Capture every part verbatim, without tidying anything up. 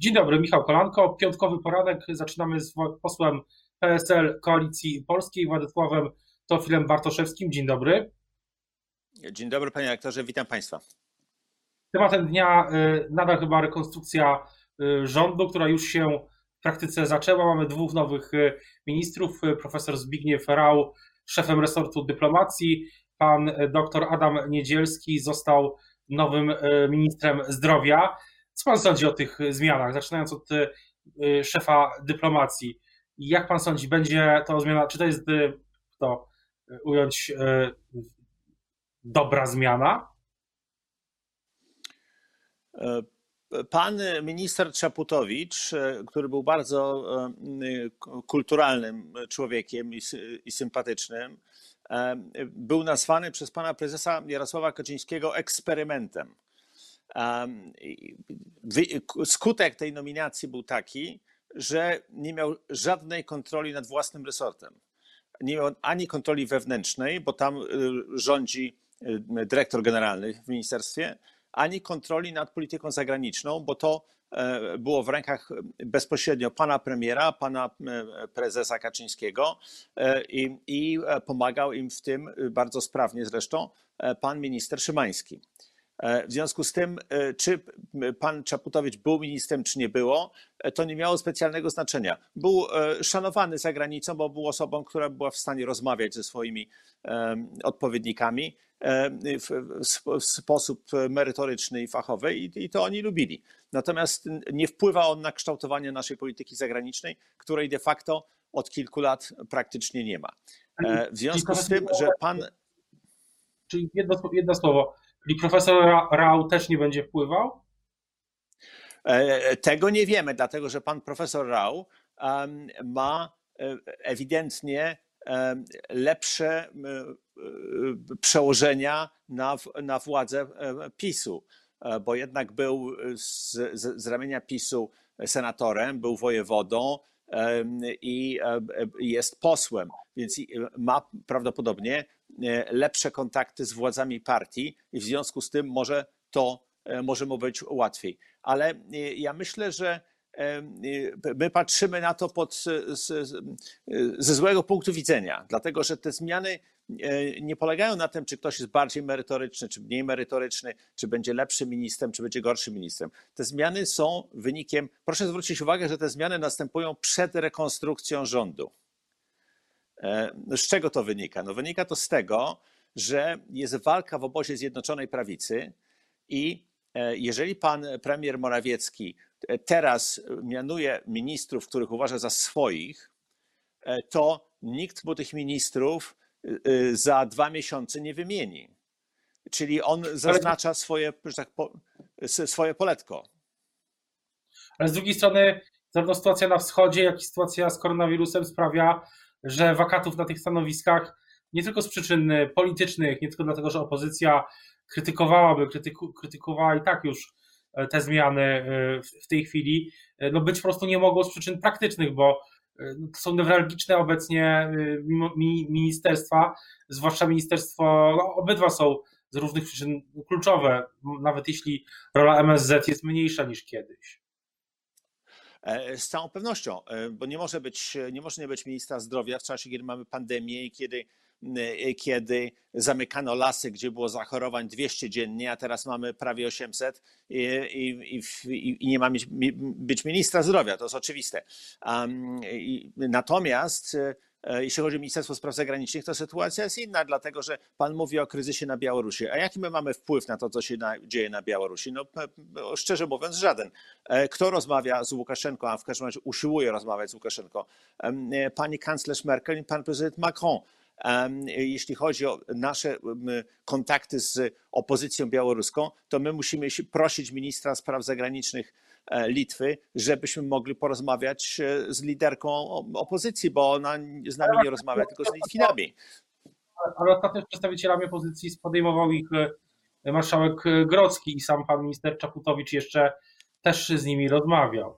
Dzień dobry, Michał Kolanko. Piątkowy poranek. Zaczynamy z posłem P S L Koalicji Polskiej, Władysławem Teofilem Bartoszewskim. Dzień dobry. Dzień dobry, panie aktorze, witam państwa. Tematem dnia nadal chyba rekonstrukcja rządu, która już się w praktyce zaczęła. Mamy dwóch nowych ministrów. Profesor Zbigniew Rau, szefem resortu dyplomacji. Pan doktor Adam Niedzielski został nowym ministrem zdrowia. Co pan sądzi o tych zmianach? Zaczynając od szefa dyplomacji. Jak pan sądzi, będzie to zmiana, czy to jest, to ująć, dobra zmiana? Pan minister Czaputowicz, który był bardzo kulturalnym człowiekiem i sympatycznym, był nazwany przez pana prezesa Jarosława Kaczyńskiego eksperymentem. Skutek tej nominacji był taki, że nie miał żadnej kontroli nad własnym resortem. Nie miał ani kontroli wewnętrznej, bo tam rządzi dyrektor generalny w ministerstwie, ani kontroli nad polityką zagraniczną, bo to było w rękach bezpośrednio pana premiera, pana prezesa Kaczyńskiego i, i pomagał im w tym bardzo sprawnie zresztą pan minister Szymański. W związku z tym, czy pan Czaputowicz był ministrem, czy nie było, to nie miało specjalnego znaczenia. Był szanowany za granicą, bo był osobą, która była w stanie rozmawiać ze swoimi odpowiednikami w sposób merytoryczny i fachowy i to oni lubili. Natomiast nie wpływa on na kształtowanie naszej polityki zagranicznej, której de facto od kilku lat praktycznie nie ma. W związku z tym, że pan... Czyli jedno, jedno słowo. Czyli profesor Rau też nie będzie wpływał? Tego nie wiemy, dlatego że pan profesor Rau ma ewidentnie lepsze przełożenia na, na władzę PiSu, bo jednak był z, z, z ramienia PiSu senatorem, był wojewodą i jest posłem, więc ma prawdopodobnie lepsze kontakty z władzami partii i w związku z tym może to może mu być łatwiej. Ale ja myślę, że my patrzymy na to pod, ze złego punktu widzenia, dlatego że te zmiany nie polegają na tym, czy ktoś jest bardziej merytoryczny, czy mniej merytoryczny, czy będzie lepszym ministrem, czy będzie gorszym ministrem. Te zmiany są wynikiem, proszę zwrócić uwagę, że te zmiany następują przed rekonstrukcją rządu. Z czego to wynika? No wynika to z tego, że jest walka w obozie Zjednoczonej Prawicy i jeżeli pan premier Morawiecki teraz mianuje ministrów, których uważa za swoich, to nikt mu tych ministrów za dwa miesiące nie wymieni. Czyli on zaznacza swoje, że tak po, swoje poletko. Ale z drugiej strony zarówno sytuacja na wschodzie, jak i sytuacja z koronawirusem sprawia, że wakatów na tych stanowiskach nie tylko z przyczyn politycznych, nie tylko dlatego, że opozycja krytykowałaby, krytyku, krytykowała i tak już te zmiany w tej chwili, no być po prostu nie mogło z przyczyn praktycznych, bo to są newralgiczne obecnie ministerstwa, zwłaszcza ministerstwo, no obydwa są z różnych przyczyn kluczowe, nawet jeśli rola M S Z jest mniejsza niż kiedyś. Z całą pewnością, bo nie może być, nie może nie być ministra zdrowia w czasie, kiedy mamy pandemię i kiedy, kiedy zamykano lasy, gdzie było zachorowań dwieście dziennie, a teraz mamy prawie osiemset i, i, i, i nie ma być, być ministra zdrowia, to jest oczywiste. Um, i, natomiast jeśli chodzi o Ministerstwo Spraw Zagranicznych, to sytuacja jest inna, dlatego że pan mówi o kryzysie na Białorusi. A jaki my mamy wpływ na to, co się na, dzieje na Białorusi? No szczerze mówiąc, żaden. Kto rozmawia z Łukaszenką, a w każdym razie usiłuje rozmawiać z Łukaszenką? Pani kanclerz Merkel i pan prezydent Macron. Jeśli chodzi o nasze kontakty z opozycją białoruską, to my musimy prosić ministra spraw zagranicznych Litwy, żebyśmy mogli porozmawiać z liderką opozycji, bo ona z nami nie rozmawia, tylko z Litwinami. Ale ostatnio z przedstawicielami opozycji podejmował ich marszałek Grodzki i sam pan minister Czaputowicz jeszcze też z nimi rozmawiał.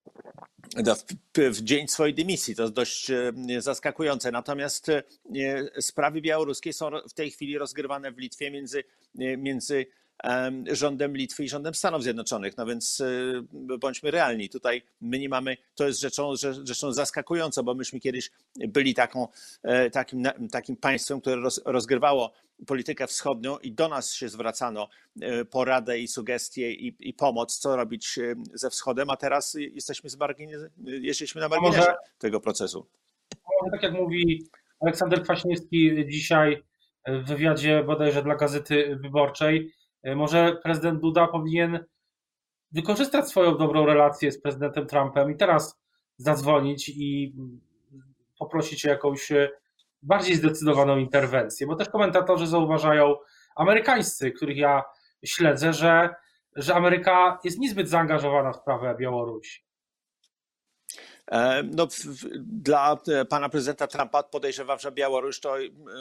W dzień swojej dymisji, to jest dość zaskakujące. Natomiast sprawy białoruskie są w tej chwili rozgrywane w Litwie między, między rządem Litwy i rządem Stanów Zjednoczonych. No więc bądźmy realni. Tutaj my nie mamy, to jest rzeczą, rzeczą zaskakującą, bo myśmy kiedyś byli taką, takim, takim państwem, które roz, rozgrywało politykę wschodnią i do nas się zwracano po radę i sugestie i, i pomoc, co robić ze wschodem, a teraz jesteśmy, z margine- jesteśmy na marginesie może, tego procesu. Może tak jak mówi Aleksander Kwaśniewski dzisiaj w wywiadzie bodajże dla Gazety Wyborczej, może prezydent Duda powinien wykorzystać swoją dobrą relację z prezydentem Trumpem i teraz zadzwonić i poprosić o jakąś bardziej zdecydowaną interwencję, bo też komentatorzy zauważają, amerykańscy, których ja śledzę, że, że Ameryka jest niezbyt zaangażowana w sprawę Białorusi. No, dla pana prezydenta Trumpa podejrzewam, że Białoruś to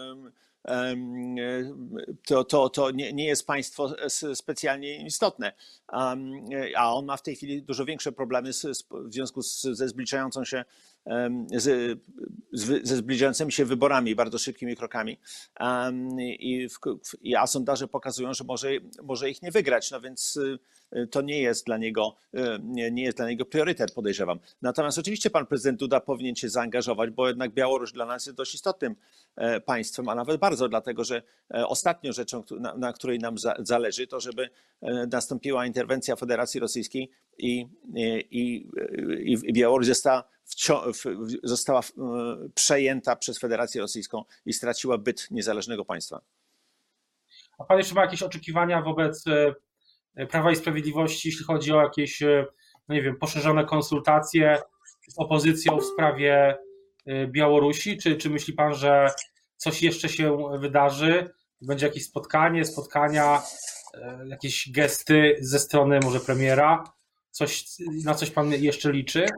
to, to, to nie, nie jest państwo specjalnie istotne. A on ma w tej chwili dużo większe problemy z, w związku z, ze zbliżającą się z, ze zbliżającymi się wyborami, bardzo szybkimi krokami. I, i a sondaże pokazują, że może, może ich nie wygrać, no więc to nie jest dla niego, nie, nie jest dla niego priorytet, podejrzewam. Natomiast oczywiście pan prezydent Duda powinien się zaangażować, bo jednak Białoruś dla nas jest dość istotnym państwem, a nawet bardzo, dlatego że ostatnią rzeczą, na, na której nam za, zależy, to żeby nastąpiła interwencja Federacji Rosyjskiej i, i, i, i Białoruś została, została przejęta przez Federację Rosyjską i straciła byt niezależnego państwa. A pan jeszcze ma jakieś oczekiwania wobec Prawa i Sprawiedliwości, jeśli chodzi o jakieś, no nie wiem, poszerzone konsultacje z opozycją w sprawie Białorusi? Czy, czy myśli pan, że coś jeszcze się wydarzy? Będzie jakieś spotkanie, spotkania, jakieś gesty ze strony może premiera? Coś, na coś pan jeszcze liczy?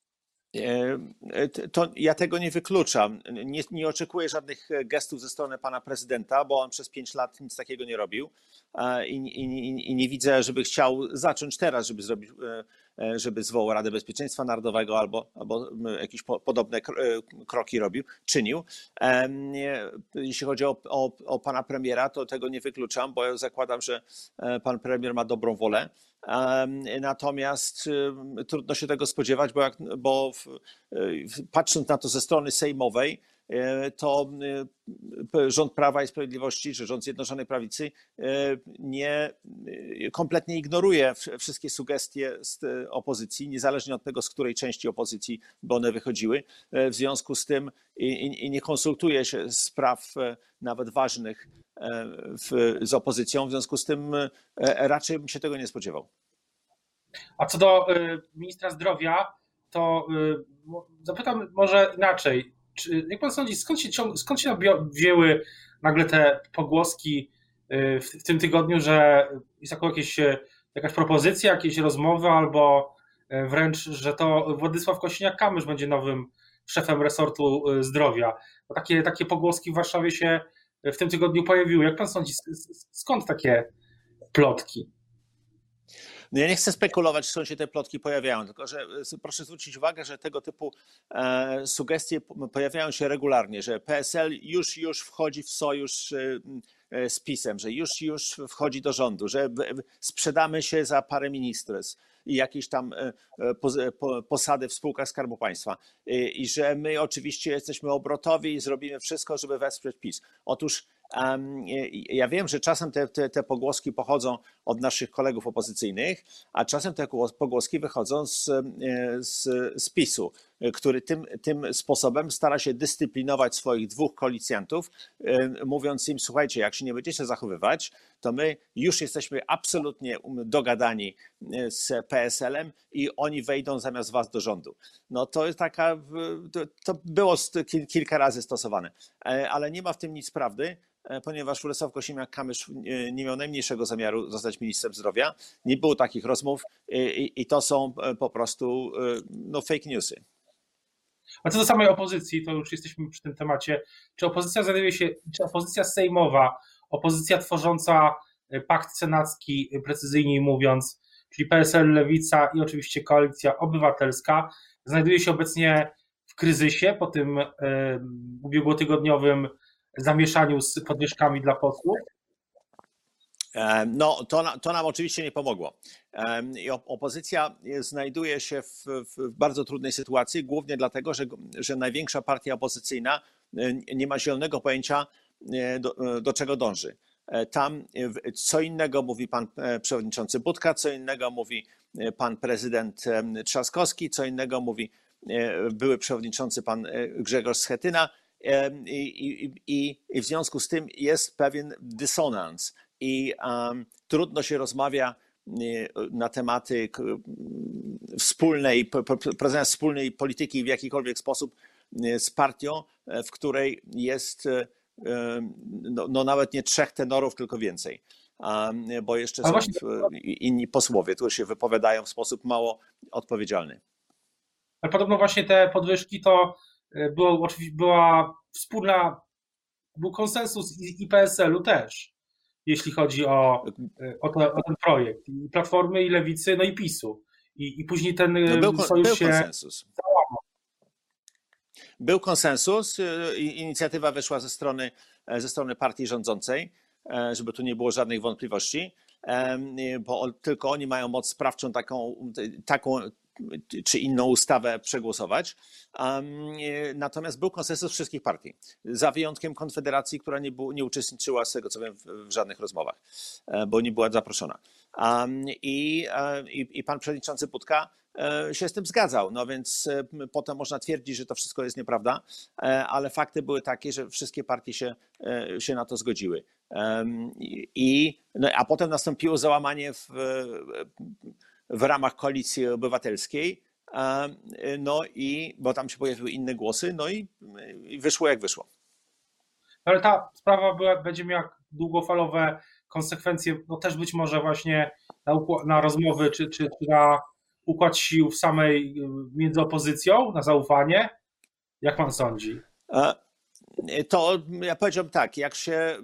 To ja tego nie wykluczam. Nie, nie oczekuję żadnych gestów ze strony pana prezydenta, bo on przez pięć lat nic takiego nie robił i, i, i nie widzę, żeby chciał zacząć teraz, żeby zrobić, żeby zwołał Radę Bezpieczeństwa Narodowego albo, albo jakieś podobne kroki robił, czynił. Jeśli chodzi o, o, o pana premiera, to tego nie wykluczam, bo ja zakładam, że pan premier ma dobrą wolę. Natomiast trudno się tego spodziewać, bo, jak, bo w, patrząc na to ze strony sejmowej, to rząd Prawa i Sprawiedliwości, czy rząd Zjednoczonej Prawicy nie, kompletnie ignoruje wszystkie sugestie z opozycji, niezależnie od tego, z której części opozycji by one wychodziły. W związku z tym i, i nie konsultuje się spraw nawet ważnych w, z opozycją, w związku z tym raczej bym się tego nie spodziewał. A co do ministra zdrowia, to zapytam może inaczej. Czy, jak pan sądzi, skąd się, skąd się wzięły nagle te pogłoski w, w tym tygodniu, że jest jakieś, jakaś propozycja, jakieś rozmowy, albo wręcz, że to Władysław Kosiniak-Kamysz będzie nowym szefem resortu zdrowia? Bo takie, takie pogłoski w Warszawie się w tym tygodniu pojawiły. Jak pan sądzi, skąd takie plotki? No ja nie chcę spekulować, skąd się te plotki pojawiają, tylko że proszę zwrócić uwagę, że tego typu e, sugestie pojawiają się regularnie, że P S L już, już wchodzi w sojusz e, z PiS-em, że już, już wchodzi do rządu, że sprzedamy się za parę ministrów i jakieś tam posady w spółkach Skarbu Państwa i że my oczywiście jesteśmy obrotowi i zrobimy wszystko, żeby wesprzeć PiS. Otóż ja wiem, że czasem te, te, te pogłoski pochodzą od naszych kolegów opozycyjnych, a czasem te pogłoski wychodzą z, z, z PiS-u, który tym, tym sposobem stara się dyscyplinować swoich dwóch koalicjantów, mówiąc im, słuchajcie, jak się nie będziecie zachowywać, to my już jesteśmy absolutnie dogadani z P S L-em i oni wejdą zamiast was do rządu. No to jest taka, to, to było kilka razy stosowane, ale nie ma w tym nic prawdy, ponieważ Władysław Kosiniak-Kamysz nie miał najmniejszego zamiaru zostać ministrem zdrowia. Nie było takich rozmów i, i to są po prostu no, fake newsy. A co do samej opozycji, to już jesteśmy przy tym temacie. Czy opozycja znajduje się, czy opozycja sejmowa, opozycja tworząca pakt senacki, precyzyjniej mówiąc, czyli P S L, Lewica i oczywiście Koalicja Obywatelska, znajduje się obecnie w kryzysie po tym y, ubiegłotygodniowym zamieszaniu z podwyżkami dla posłów? No, to, to nam oczywiście nie pomogło. I opozycja znajduje się w, w bardzo trudnej sytuacji, głównie dlatego, że, że największa partia opozycyjna nie ma zielonego pojęcia, do, do czego dąży. Tam co innego mówi pan przewodniczący Budka, co innego mówi pan prezydent Trzaskowski, co innego mówi były przewodniczący pan Grzegorz Schetyna i, i, i w związku z tym jest pewien dysonans i um, trudno się rozmawia na tematy wspólnej, prowadzenia wspólnej polityki w jakikolwiek sposób z partią, w której jest no, no nawet nie trzech tenorów, tylko więcej, bo jeszcze są właśnie inni posłowie, którzy się wypowiadają w sposób mało odpowiedzialny. Ale podobno właśnie te podwyżki to było, oczywiście była wspólna, był konsensus i P S L-u też, jeśli chodzi o, o, to, o ten projekt. I Platformy, i Lewicy, no i PiSu. I, i później ten no był, sojusz był się konsensus. załamał. Był konsensus, inicjatywa wyszła ze strony, ze strony partii rządzącej, żeby tu nie było żadnych wątpliwości, bo tylko oni mają moc sprawczą taką, taką czy inną ustawę przegłosować. Natomiast był konsensus wszystkich partii, za wyjątkiem Konfederacji, która nie, był, nie uczestniczyła, z tego co wiem, w, w żadnych rozmowach, bo nie była zaproszona. I, i, i pan przewodniczący Budka się z tym zgadzał, no więc potem można twierdzić, że to wszystko jest nieprawda, ale fakty były takie, że wszystkie partie się, się na to zgodziły. I, no, a potem nastąpiło załamanie w w ramach Koalicji Obywatelskiej, no i, bo tam się pojawiły inne głosy, no i, i wyszło jak wyszło. Ale ta sprawa była, będzie miała długofalowe konsekwencje, no też być może właśnie na, na rozmowy, czy, czy, czy na układ sił w samej, między opozycją, na zaufanie? Jak pan sądzi? To ja powiedziałbym tak, jak się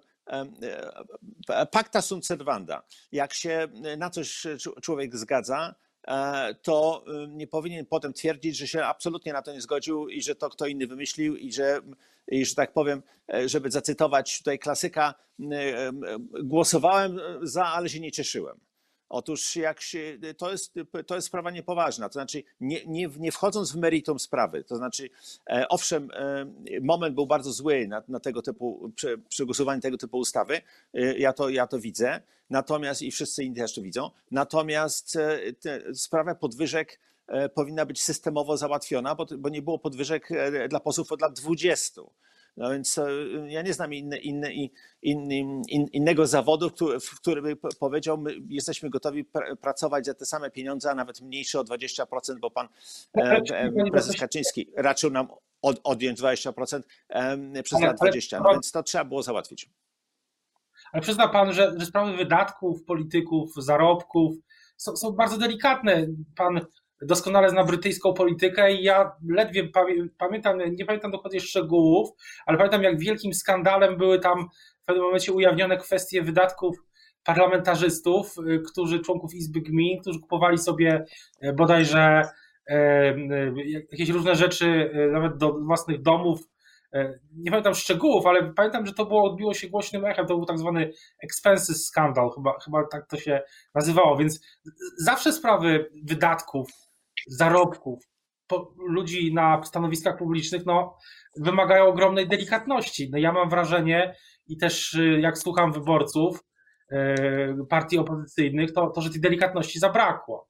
pacta sunt servanda. Jak się na coś człowiek zgadza, to nie powinien potem twierdzić, że się absolutnie na to nie zgodził i że to kto inny wymyślił i że, i że tak powiem, żeby zacytować tutaj klasyka, głosowałem za, ale się nie cieszyłem. Otóż jak się, to, jest, to jest sprawa niepoważna, to znaczy nie, nie, nie wchodząc w meritum sprawy, to znaczy e, owszem, e, moment był bardzo zły na, na tego typu, przy, przy głosowaniu tego typu ustawy, e, ja, to, ja to widzę, natomiast i wszyscy inni też to widzą, natomiast e, te, sprawa podwyżek e, powinna być systemowo załatwiona, bo, bo nie było podwyżek e, dla posłów od lat dwudziestu. No więc ja nie znam inny, inny, inny, in, innego zawodu, który, w którym by powiedział, my jesteśmy gotowi pr- pracować za te same pieniądze, a nawet mniejsze o dwadzieścia procent, bo pan e, prezes Kaczyński raczył nam od, odjąć dwadzieścia procent e, przez lat dwadzieścia, no więc to trzeba było załatwić. Ale przyzna pan, że, że sprawy wydatków, polityków, zarobków są, są bardzo delikatne. Pan doskonale zna brytyjską politykę i ja ledwie pamiętam, nie pamiętam dokładnie szczegółów, ale pamiętam, jak wielkim skandalem były tam w pewnym momencie ujawnione kwestie wydatków parlamentarzystów, którzy, członków Izby Gmin, którzy kupowali sobie bodajże jakieś różne rzeczy nawet do własnych domów. Nie pamiętam szczegółów, ale pamiętam, że to było, odbiło się głośnym echem, to był tak zwany expenses scandal, chyba, chyba tak to się nazywało, więc zawsze sprawy wydatków, zarobków ludzi na stanowiskach publicznych no, wymagają ogromnej delikatności. No, ja mam wrażenie i też jak słucham wyborców partii opozycyjnych, to, to że tej delikatności zabrakło.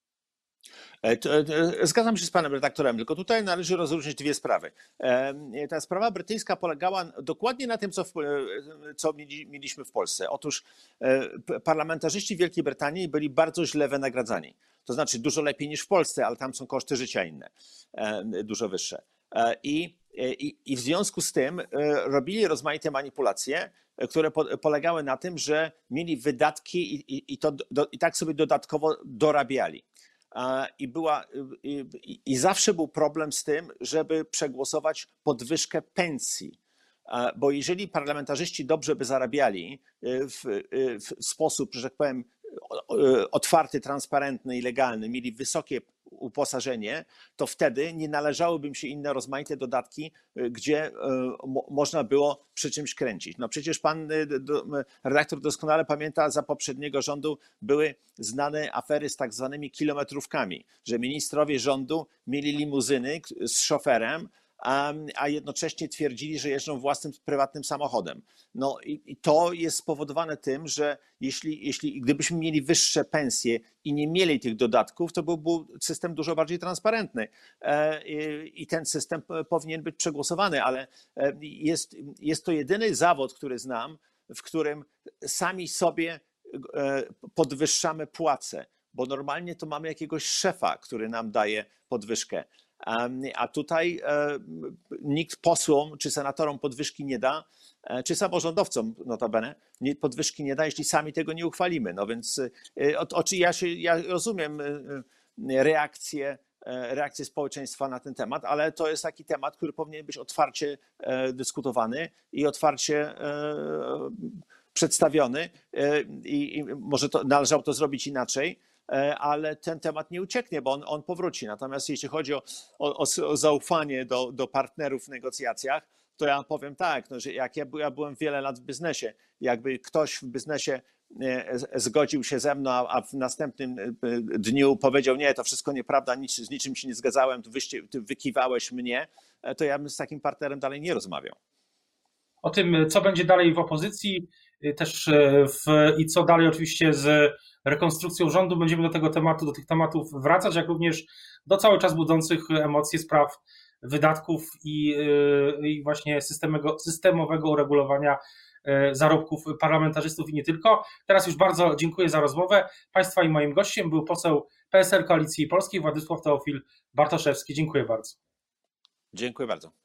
Zgadzam się z panem redaktorem, tylko tutaj należy rozróżnić dwie sprawy. Ta sprawa brytyjska polegała dokładnie na tym, co, w, co mieliśmy w Polsce. Otóż parlamentarzyści Wielkiej Brytanii byli bardzo źle wynagradzani. To znaczy dużo lepiej niż w Polsce, ale tam są koszty życia inne, dużo wyższe. I, i, i w związku z tym robili rozmaite manipulacje, które po, polegały na tym, że mieli wydatki i, i, i, to, do, i tak sobie dodatkowo dorabiali. I, była, i, i zawsze był problem z tym, żeby przegłosować podwyżkę pensji. Bo jeżeli parlamentarzyści dobrze by zarabiali w, w sposób, że tak powiem, otwarty, transparentny i legalny, mieli wysokie uposażenie, to wtedy nie należałyby im się inne rozmaite dodatki, gdzie mo, można było przy czymś kręcić. No przecież pan do, redaktor doskonale pamięta, za poprzedniego rządu były znane afery z tak zwanymi kilometrówkami, że ministrowie rządu mieli limuzyny z szoferem, a, a jednocześnie twierdzili, że jeżdżą własnym prywatnym samochodem. No i, i to jest spowodowane tym, że jeśli, jeśli gdybyśmy mieli wyższe pensje i nie mieli tych dodatków, to byłby system dużo bardziej transparentny e, i, i ten system powinien być przegłosowany, ale jest, jest to jedyny zawód, który znam, w którym sami sobie podwyższamy płace, bo normalnie to mamy jakiegoś szefa, który nam daje podwyżkę. A tutaj nikt posłom czy senatorom podwyżki nie da, czy samorządowcom notabene podwyżki nie da, jeśli sami tego nie uchwalimy. No więc ja, się, ja rozumiem reakcję, reakcję społeczeństwa na ten temat, ale to jest taki temat, który powinien być otwarcie dyskutowany i otwarcie przedstawiony i, i może to, należało to zrobić inaczej, ale ten temat nie ucieknie, bo on, on powróci. Natomiast jeśli chodzi o, o, o zaufanie do, do partnerów w negocjacjach, to ja powiem tak, no, że jak ja, ja byłem wiele lat w biznesie, jakby ktoś w biznesie zgodził się ze mną, a w następnym dniu powiedział, nie, to wszystko nieprawda, nic, z niczym się nie zgadzałem, ty, ty wykiwałeś mnie, to ja bym z takim partnerem dalej nie rozmawiał. O tym, co będzie dalej w opozycji też w, i co dalej oczywiście z rekonstrukcją rządu, będziemy do tego tematu, do tych tematów wracać, jak również do cały czas budzących emocje spraw wydatków i, i właśnie systemowego, systemowego uregulowania zarobków parlamentarzystów i nie tylko. Teraz już bardzo dziękuję za rozmowę. Państwa i moim gościem był poseł P S L Koalicji Polskiej Władysław Teofil Bartoszewski. Dziękuję bardzo. Dziękuję bardzo.